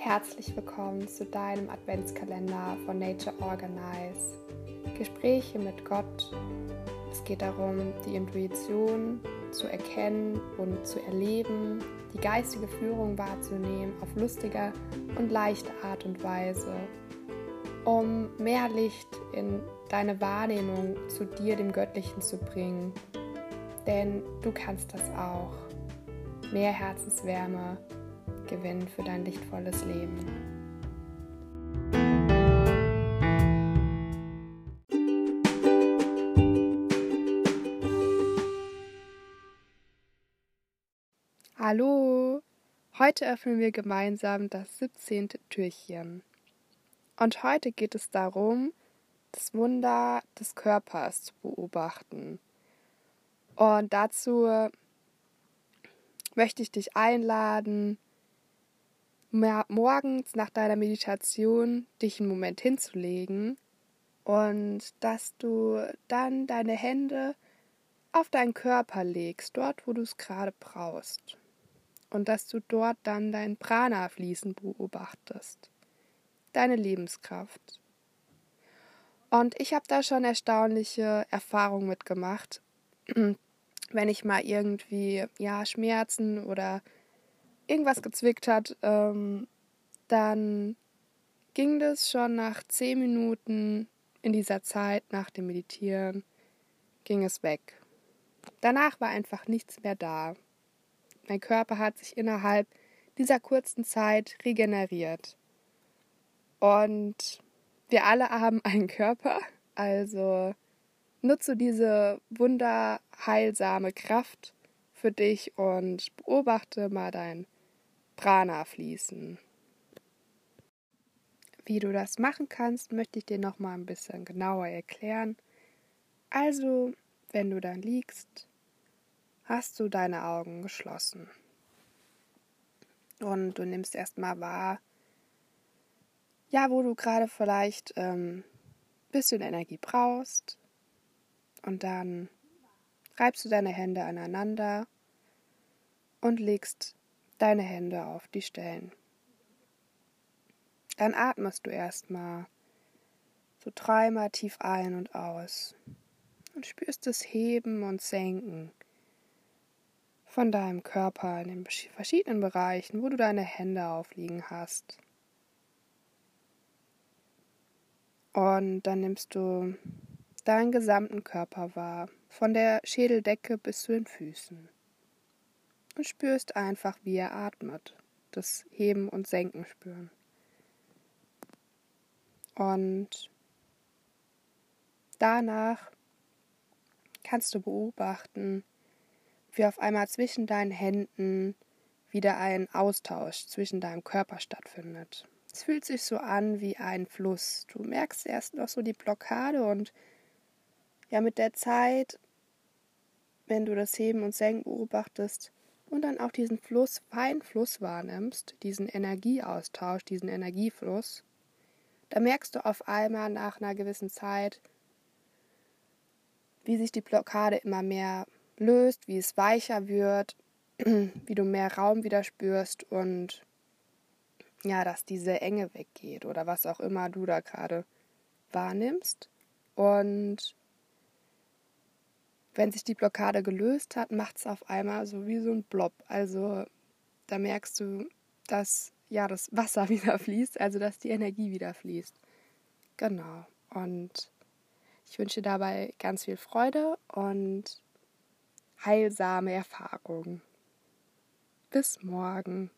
Herzlich willkommen zu deinem Adventskalender von Nature Organize. Gespräche mit Gott. Es geht darum, die Intuition zu erkennen und zu erleben, die geistige Führung wahrzunehmen auf lustige und leichte Art und Weise, um mehr Licht in deine Wahrnehmung zu dir, dem Göttlichen, zu bringen. Denn du kannst das auch. Mehr Herzenswärme gewinnen für dein lichtvolles Leben. Hallo! Heute öffnen wir gemeinsam das 17. Türchen. Und heute geht es darum, das Wunder des Körpers zu beobachten. Und dazu möchte ich dich einladen, morgens nach deiner Meditation dich einen Moment hinzulegen und dass du dann deine Hände auf deinen Körper legst, dort, wo du es gerade brauchst. Und dass du dort dann dein Prana fließen beobachtest, deine Lebenskraft. Und ich habe da schon erstaunliche Erfahrungen mitgemacht, wenn ich mal irgendwie Schmerzen oder irgendwas gezwickt hat, dann ging das schon nach 10 Minuten in dieser Zeit nach dem Meditieren, ging es weg. Danach war einfach nichts mehr da. Mein Körper hat sich innerhalb dieser kurzen Zeit regeneriert. Und wir alle haben einen Körper, also nutze diese wunderheilsame Kraft für dich und beobachte mal dein Prana fließen. Wie du das machen kannst, möchte ich dir noch mal ein bisschen genauer erklären. Also, wenn du dann liegst, hast du deine Augen geschlossen. Und du nimmst erstmal wahr, wo du gerade vielleicht ein bisschen Energie brauchst. Und dann reibst du deine Hände aneinander und legst deine Hände auf die Stellen. Dann atmest du erstmal so 3-mal tief ein und aus und spürst das Heben und Senken von deinem Körper in den verschiedenen Bereichen, wo du deine Hände aufliegen hast. Und dann nimmst du deinen gesamten Körper wahr, von der Schädeldecke bis zu den Füßen. Und spürst einfach, wie er atmet, das Heben und Senken spüren. Und danach kannst du beobachten, wie auf einmal zwischen deinen Händen wieder ein Austausch zwischen deinem Körper stattfindet. Es fühlt sich so an wie ein Fluss. Du merkst erst noch so die Blockade und mit der Zeit, wenn du das Heben und Senken beobachtest und dann auch diesen feinen Fluss wahrnimmst, diesen Energieaustausch, diesen Energiefluss, da merkst du auf einmal nach einer gewissen Zeit, wie sich die Blockade immer mehr löst, wie es weicher wird, wie du mehr Raum wieder spürst und dass diese Enge weggeht oder was auch immer du da gerade wahrnimmst. Und wenn sich die Blockade gelöst hat, macht es auf einmal so wie so ein Blob. Also da merkst du, dass das Wasser wieder fließt, also dass die Energie wieder fließt. Genau. Und ich wünsche dabei ganz viel Freude und heilsame Erfahrungen. Bis morgen.